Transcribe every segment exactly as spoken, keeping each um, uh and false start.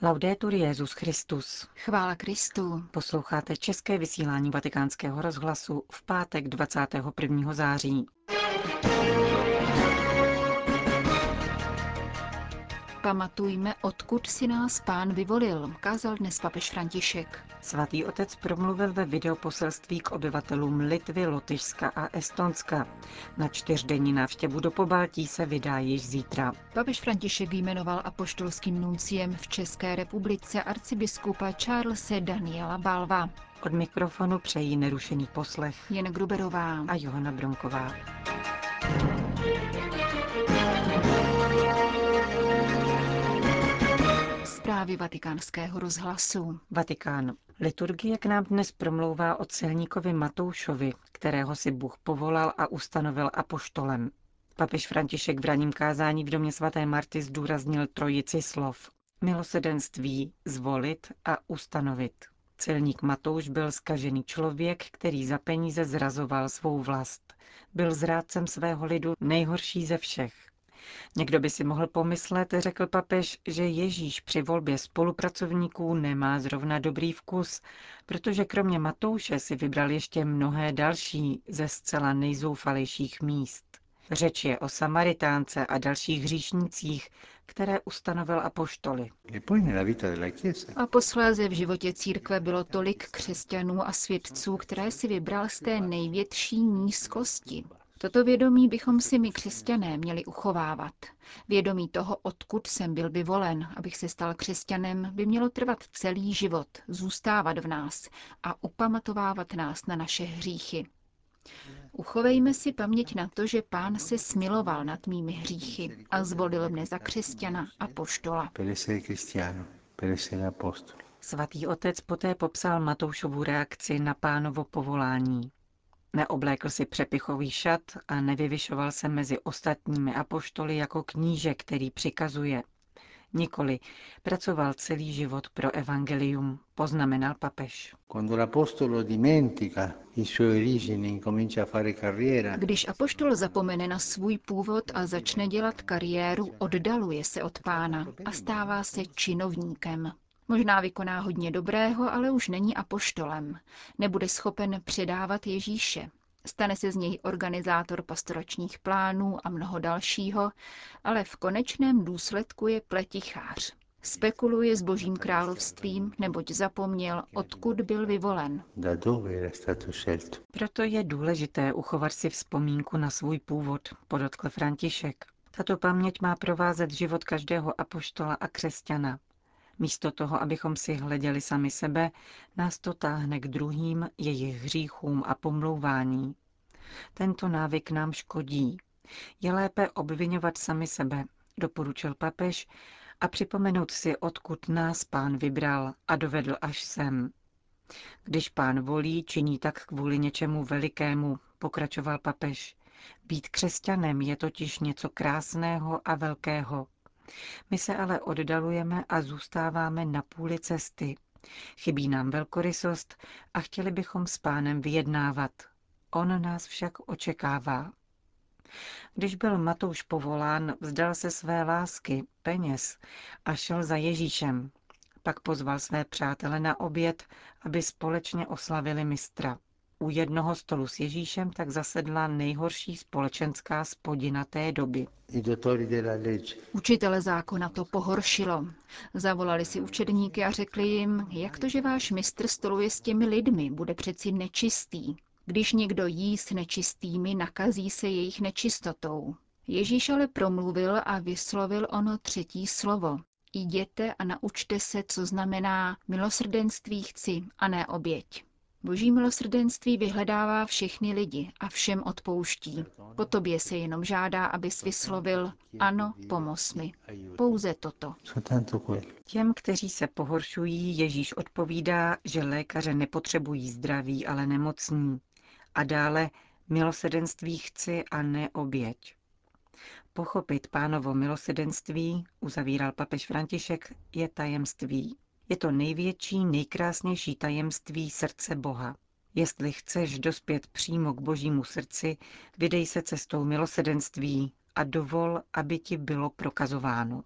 Laudetur Jesus Christus. Chvála Kristu. Posloucháte české vysílání Vatikánského rozhlasu v pátek dvacátého prvního září. Pamatujme, odkud si nás Pán vyvolil, kázal dnes papež František. Svatý otec promluvil ve videoposelství k obyvatelům Litvy, Lotyšska a Estonska. Na čtyřdenní návštěvu do Pobaltí se vydá již zítra. Papež František jmenoval apoštolským nunciem v České republice arcibiskupa Charlese Daniela Balva. Od mikrofonu přejí nerušený poslech Jen Gruberová a Johana Bronková. Zprávy Vatikánského rozhlasu. Vatikán. Liturgie k nám dnes promlouvá o celníkovi Matoušovi, kterého si Bůh povolal a ustanovil apoštolem. Papež František v ranním kázání v domě svaté Marty zdůraznil trojici slov. Milosedenství, zvolit a ustanovit. Celník Matouš byl zkažený člověk, který za peníze zrazoval svou vlast. Byl zrádcem svého lidu, nejhorší ze všech. Někdo by si mohl pomyslet, řekl papež, že Ježíš při volbě spolupracovníků nemá zrovna dobrý vkus, protože kromě Matouše si vybral ještě mnohé další ze zcela nejzoufalejších míst. Řeč je o Samaritánce a dalších hříšnících, které ustanovil apoštoly. A posléze v životě církve bylo tolik křesťanů a svědců, které si vybral z té největší nízkosti. Toto vědomí bychom si my křesťané měli uchovávat. Vědomí toho, odkud jsem byl vyvolen, abych se stal křesťanem, by mělo trvat celý život, zůstávat v nás a upamatovávat nás na naše hříchy. Uchovejme si paměť na to, že Pán se smiloval nad mými hříchy a zvolil mne za křesťana a apoštola. Svatý otec poté popsal Matoušovu reakci na Pánovo povolání. Neoblékl si přepichový šat a nevyvyšoval se mezi ostatními apoštoly jako kníže, který přikazuje. Nikoli, pracoval celý život pro evangelium, poznamenal papež. Když apoštol zapomene na svůj původ a začne dělat kariéru, oddaluje se od Pána a stává se činovníkem. Možná vykoná hodně dobrého, ale už není apoštolem. Nebude schopen předávat Ježíše. Stane se z něj organizátor pastoračních plánů a mnoho dalšího, ale v konečném důsledku je pletichář. Spekuluje s Božím královstvím, neboť zapomněl, odkud byl vyvolen. Proto je důležité uchovat si vzpomínku na svůj původ, podotkl František. Tato paměť má provázet život každého apoštola a křesťana. Místo toho, abychom si hleděli sami sebe, nás to táhne k druhým, jejich hříchům a pomlouvání. Tento návyk nám škodí. Je lépe obvinovat sami sebe, doporučil papež, a připomenout si, odkud nás Pán vybral a dovedl až sem. Když Pán volí, činí tak kvůli něčemu velikému, pokračoval papež. Být křesťanem je totiž něco krásného a velkého. My se ale oddalujeme a zůstáváme na půli cesty. Chybí nám velkorysost a chtěli bychom s Pánem vyjednávat. On nás však očekává. Když byl Matouš povolán, vzdal se své lásky, peněz a šel za Ježíšem. Pak pozval své přátele na oběd, aby společně oslavili mistra. U jednoho stolu s Ježíšem tak zasedla nejhorší společenská spodina té doby. Učitele zákona to pohoršilo. Zavolali si učedníky a řekli jim, jak to, že váš mistr stoluje s těmi lidmi, bude přeci nečistý. Když někdo jí s nečistými, nakazí se jejich nečistotou. Ježíš ale promluvil a vyslovil ono třetí slovo. Jděte a naučte se, co znamená milosrdenství chci a ne oběť. Boží milosrdenství vyhledává všechny lidi a všem odpouští. Po tobě se jenom žádá, abys vyslovil, ano, pomoz mi. Pouze toto. Těm, kteří se pohoršují, Ježíš odpovídá, že lékaře nepotřebují zdraví, ale nemocní. A dále, milosrdenství chci a ne oběť. Pochopit Pánovo milosrdenství, uzavíral papež František, je tajemství. Je to největší, nejkrásnější tajemství srdce Boha. Jestli chceš dospět přímo k Božímu srdci, vydej se cestou milosrdenství a dovol, aby ti bylo prokazováno.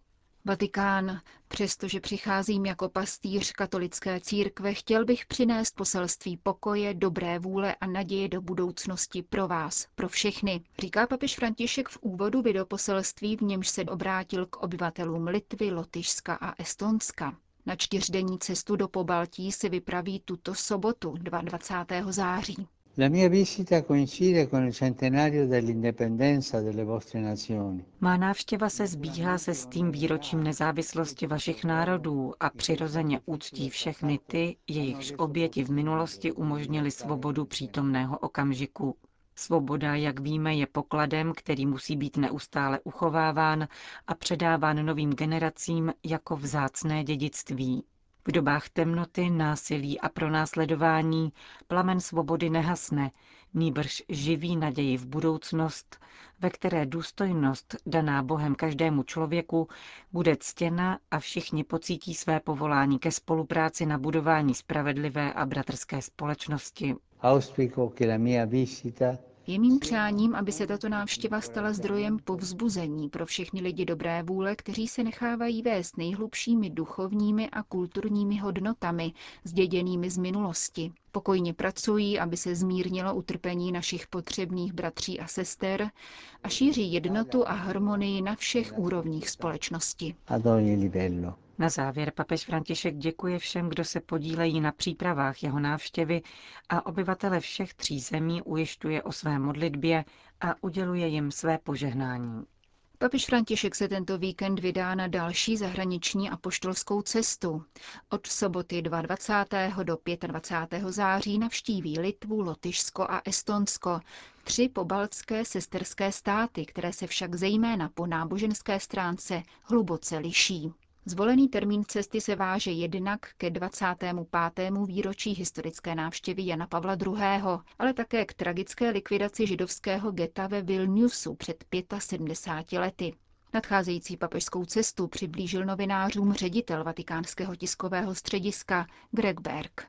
Vatikán. Přestože přicházím jako pastýř katolické církve, chtěl bych přinést poselství pokoje, dobré vůle a naděje do budoucnosti pro vás, pro všechny, říká papež František v úvodu videoposelství, v němž se obrátil k obyvatelům Litvy, Lotyšska a Estonska. Na čtyřdenní cestu do Pobaltí se vypraví tuto sobotu, dvacátého druhého září. La mia visita coincide con il centenario dell'indipendenza delle vostre nazioni. Má návštěva se zbíhá se s tím výročím nezávislosti vašich národů a přirozeně úctí všechny ty, jejichž oběti v minulosti umožnili svobodu přítomného okamžiku. Svoboda, jak víme, je pokladem, který musí být neustále uchováván a předáván novým generacím jako vzácné dědictví. V dobách temnoty, násilí a pronásledování plamen svobody nehasne, nýbrž živí naději v budoucnost, ve které důstojnost daná Bohem každému člověku bude ctěna a všichni pocítí své povolání ke spolupráci na budování spravedlivé a bratrské společnosti. Auspico che la mia visita Je mým přáním, aby se tato návštěva stala zdrojem povzbuzení pro všechny lidi dobré vůle, kteří se nechávají vést nejhlubšími duchovními a kulturními hodnotami, zděděnými z minulosti. Pokojně pracují, aby se zmírnilo utrpení našich potřebných bratří a sester a šíří jednotu a harmonii na všech úrovních společnosti. ad ogni livello. Na závěr papež František děkuje všem, kdo se podílejí na přípravách jeho návštěvy a obyvatele všech tří zemí ujišťuje o své modlitbě a uděluje jim své požehnání. Papež František se tento víkend vydá na další zahraniční apoštolskou cestu. Od soboty dvacátého druhého do dvacátého pátého září navštíví Litvu, Lotyšsko a Estonsko, tři pobaltské sesterské státy, které se však zejména po náboženské stránce hluboce liší. Zvolený termín cesty se váže jednak ke dvacátému pátému výročí historické návštěvy Jana Pavla druhého., ale také k tragické likvidaci židovského geta ve Vilniusu před sedmdesáti pěti lety. Nadcházející papežskou cestu přiblížil novinářům ředitel vatikánského tiskového střediska Greg Berg.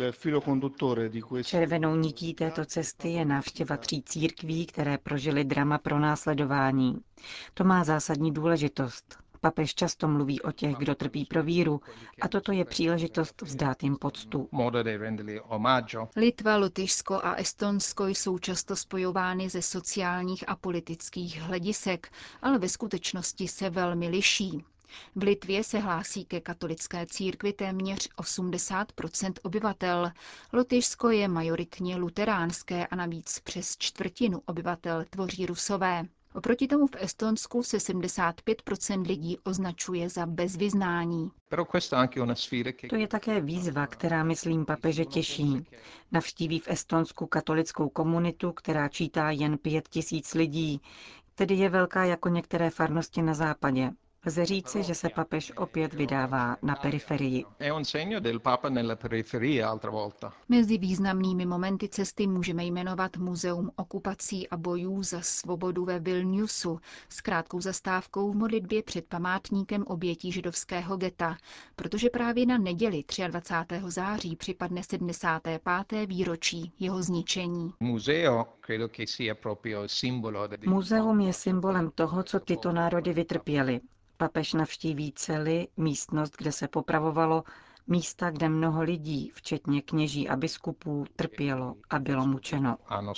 Červenou nití této cesty je návštěva tří církví, které prožily drama pronásledování. To má zásadní důležitost. Papež často mluví o těch, kdo trpí pro víru, a toto je příležitost vzdát jim poctu. Litva, Lotyšsko a Estonsko jsou často spojovány ze sociálních a politických hledisek, ale ve skutečnosti se velmi liší. V Litvě se hlásí ke katolické církvi téměř osmdesát procent obyvatel. Lotyšsko je majoritně luteránské a navíc přes čtvrtinu obyvatel tvoří Rusové. Oproti tomu v Estonsku se sedmdesát pět procent lidí označuje za bezvyznání. To je také výzva, která, myslím, papeže těší. Navštíví v Estonsku katolickou komunitu, která čítá jen pět tisíc lidí, tedy je velká jako některé farnosti na západě. Lze říci, že se papež opět vydává na periferii. Mezi významnými momenty cesty můžeme jmenovat Muzeum okupací a bojů za svobodu ve Vilniusu s krátkou zastávkou v modlitbě před památníkem obětí židovského geta, protože právě na neděli dvacátého třetího září připadne sedmdesáté páté výročí jeho zničení. Muzeum je symbolem toho, co tyto národy vytrpěly. Papež navštíví cely, místnost, kde se popravovalo, místa, kde mnoho lidí, včetně kněží a biskupů, trpělo a bylo mučeno.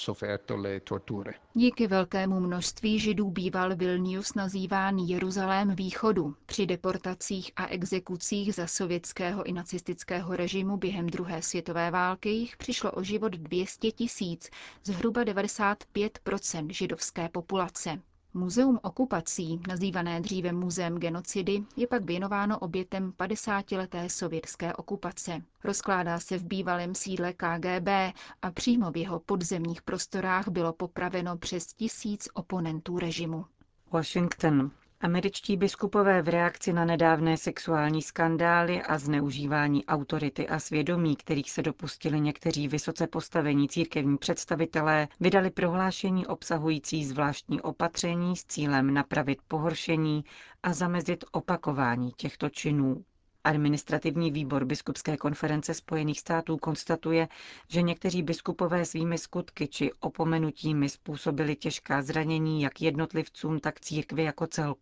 Díky velkému množství Židů býval Vilnius nazýván Jeruzalém východu. Při deportacích a exekucích za sovětského i nacistického režimu během druhé světové války jich přišlo o život dvě stě tisíc, zhruba devadesát pět procent židovské populace. Muzeum okupací, nazývané dříve Muzeem genocidy, je pak věnováno obětem padesátileté sovětské okupace. Rozkládá se v bývalém sídle K G B a přímo v jeho podzemních prostorách bylo popraveno přes tisíc oponentů režimu. Washington. Američtí biskupové v reakci na nedávné sexuální skandály a zneužívání autority a svědomí, kterých se dopustili někteří vysoce postavení církevní představitelé, vydali prohlášení obsahující zvláštní opatření s cílem napravit pohoršení a zamezit opakování těchto činů. Administrativní výbor Biskupské konference Spojených států konstatuje, že někteří biskupové svými skutky či opomenutími způsobili těžká zranění jak jednotlivcům, tak církvi jako celku.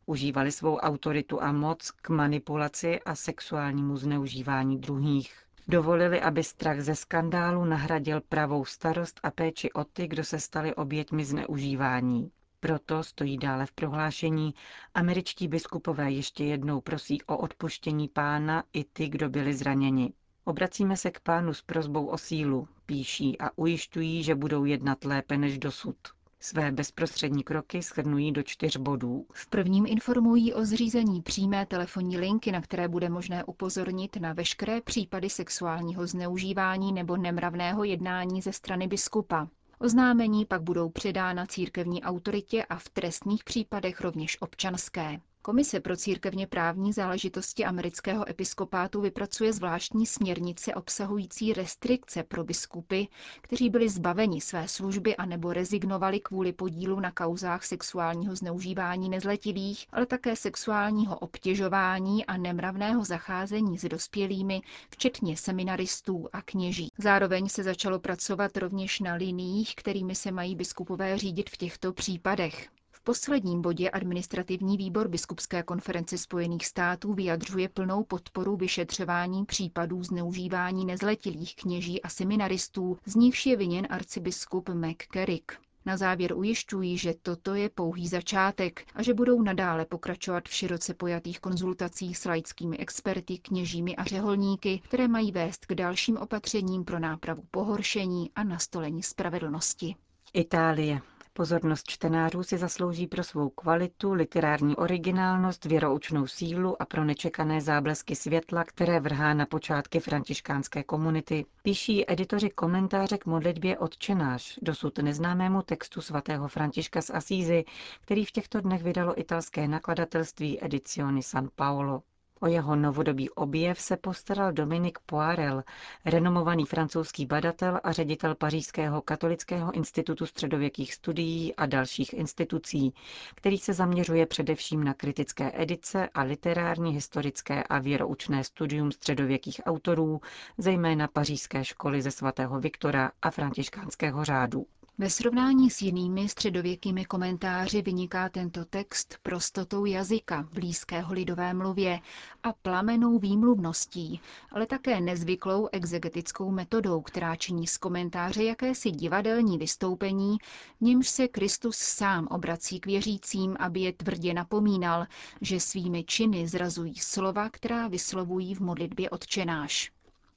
Užívali svou autoritu a moc k manipulaci a sexuálnímu zneužívání druhých. Dovolili, aby strach ze skandálu nahradil pravou starost a péči o ty, kdo se stali oběťmi zneužívání. Proto, stojí dále v prohlášení, američtí biskupové ještě jednou prosí o odpuštění Pána i ty, kdo byli zraněni. Obracíme se k Pánu s prosbou o sílu, píší a ujišťují, že budou jednat lépe než dosud. Své bezprostřední kroky shrnují do čtyř bodů. V prvním informují o zřízení přímé telefonní linky, na které bude možné upozornit na veškeré případy sexuálního zneužívání nebo nemravného jednání ze strany biskupa. Oznámení pak budou předána církevní autoritě a v trestních případech rovněž občanské. Komise pro církevně právní záležitosti amerického episkopátu vypracuje zvláštní směrnici obsahující restrikce pro biskupy, kteří byli zbaveni své služby a nebo rezignovali kvůli podílu na kauzách sexuálního zneužívání nezletilých, ale také sexuálního obtěžování a nemravného zacházení s dospělými, včetně seminaristů a kněží. Zároveň se začalo pracovat rovněž na liniích, kterými se mají biskupové řídit v těchto případech. V posledním bodě administrativní výbor Biskupské konference Spojených států vyjadřuje plnou podporu vyšetřování případů zneužívání nezletilých kněží a seminaristů, z nichž je viněn arcibiskup McCarrick. Na závěr ujišťují, že toto je pouhý začátek a že budou nadále pokračovat v široce pojatých konzultacích s laickými experty, kněžími a řeholníky, které mají vést k dalším opatřením pro nápravu pohoršení a nastolení spravedlnosti. Itálie. Pozornost čtenářů si zaslouží pro svou kvalitu, literární originálnost, věroučnou sílu a pro nečekané záblesky světla, které vrhá na počátky františkánské komunity, píší editoři komentáře k modlitbě Otčenáš, dosud neznámému textu svatého Františka z Asízy, který v těchto dnech vydalo italské nakladatelství Edizioni San Paolo. O jeho novodobý objev se postaral Dominique Poirel, renomovaný francouzský badatel a ředitel Pařížského katolického institutu středověkých studií a dalších institucí, který se zaměřuje především na kritické edice a literární, historické a věroučné studium středověkých autorů, zejména pařížské školy ze svatého Viktora a františkánského řádu. Ve srovnání s jinými středověkými komentáři vyniká tento text prostotou jazyka, blízkého lidové mluvě a plamenou výmluvností, ale také nezvyklou exegetickou metodou, která činí z komentáře jakési divadelní vystoupení, v němž se Kristus sám obrací k věřícím, aby je tvrdě napomínal, že svými činy zrazují slova, která vyslovují v modlitbě Otčenáš.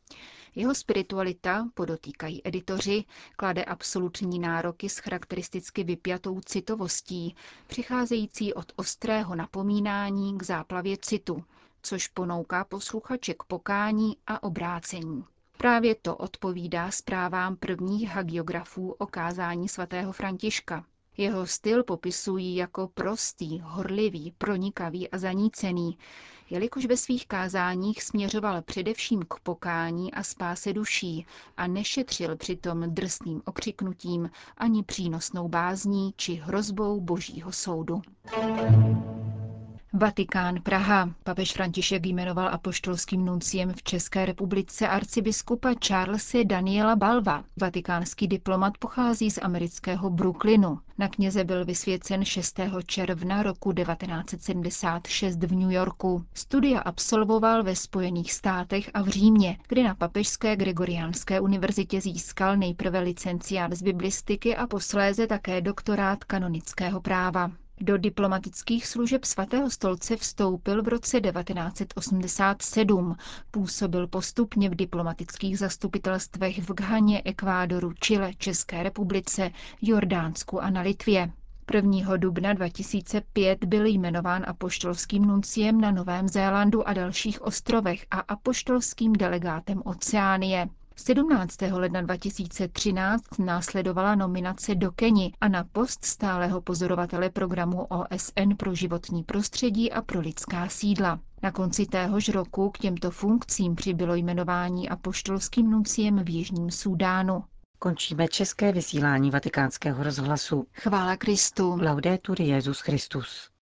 Jeho spiritualita, podotýkají editoři, klade absolutní nároky s charakteristicky vypjatou citovostí, přicházející od ostrého napomínání k záplavě citu, což ponouká posluchače k pokání a obrácení. Právě to odpovídá zprávám prvních hagiografů o kázání svatého Františka. Jeho styl popisují jako prostý, horlivý, pronikavý a zanícený, jelikož ve svých kázáních směřoval především k pokání a spáse duší a nešetřil přitom drsným okřiknutím ani přínosnou bázní či hrozbou božího soudu. Vatikán, Praha. Papež František jmenoval apoštolským nunciem v České republice arcibiskupa Charlese Daniela Balva. Vatikánský diplomat pochází z amerického Brooklynu. Na kněze byl vysvěcen šestého června roku devatenáct set sedmdesát šest v New Yorku. Studia absolvoval ve Spojených státech a v Římě, kde na Papežské Gregoriánské univerzitě získal nejprve licenciát z biblistiky a posléze také doktorát kanonického práva. Do diplomatických služeb svatého stolce vstoupil v roce devatenáct set osmdesát sedm. Působil postupně v diplomatických zastupitelstvech v Ghaně, Ekvádoru, Chile, České republice, Jordánsku a na Litvě. prvního dubna dva tisíce pět byl jmenován apoštolským nunciem na Novém Zélandu a dalších ostrovech a apoštolským delegátem Oceánie. sedmnáctého ledna dva tisíce třináct následovala nominace do Keni a na post stálého pozorovatele programu O S N pro životní prostředí a pro lidská sídla. Na konci téhož roku k těmto funkcím přibylo jmenování apoštolským nunciem v Jižním Súdánu. Končíme české vysílání Vatikánského rozhlasu. Chvála Kristu. Laudetur Jesus Christus.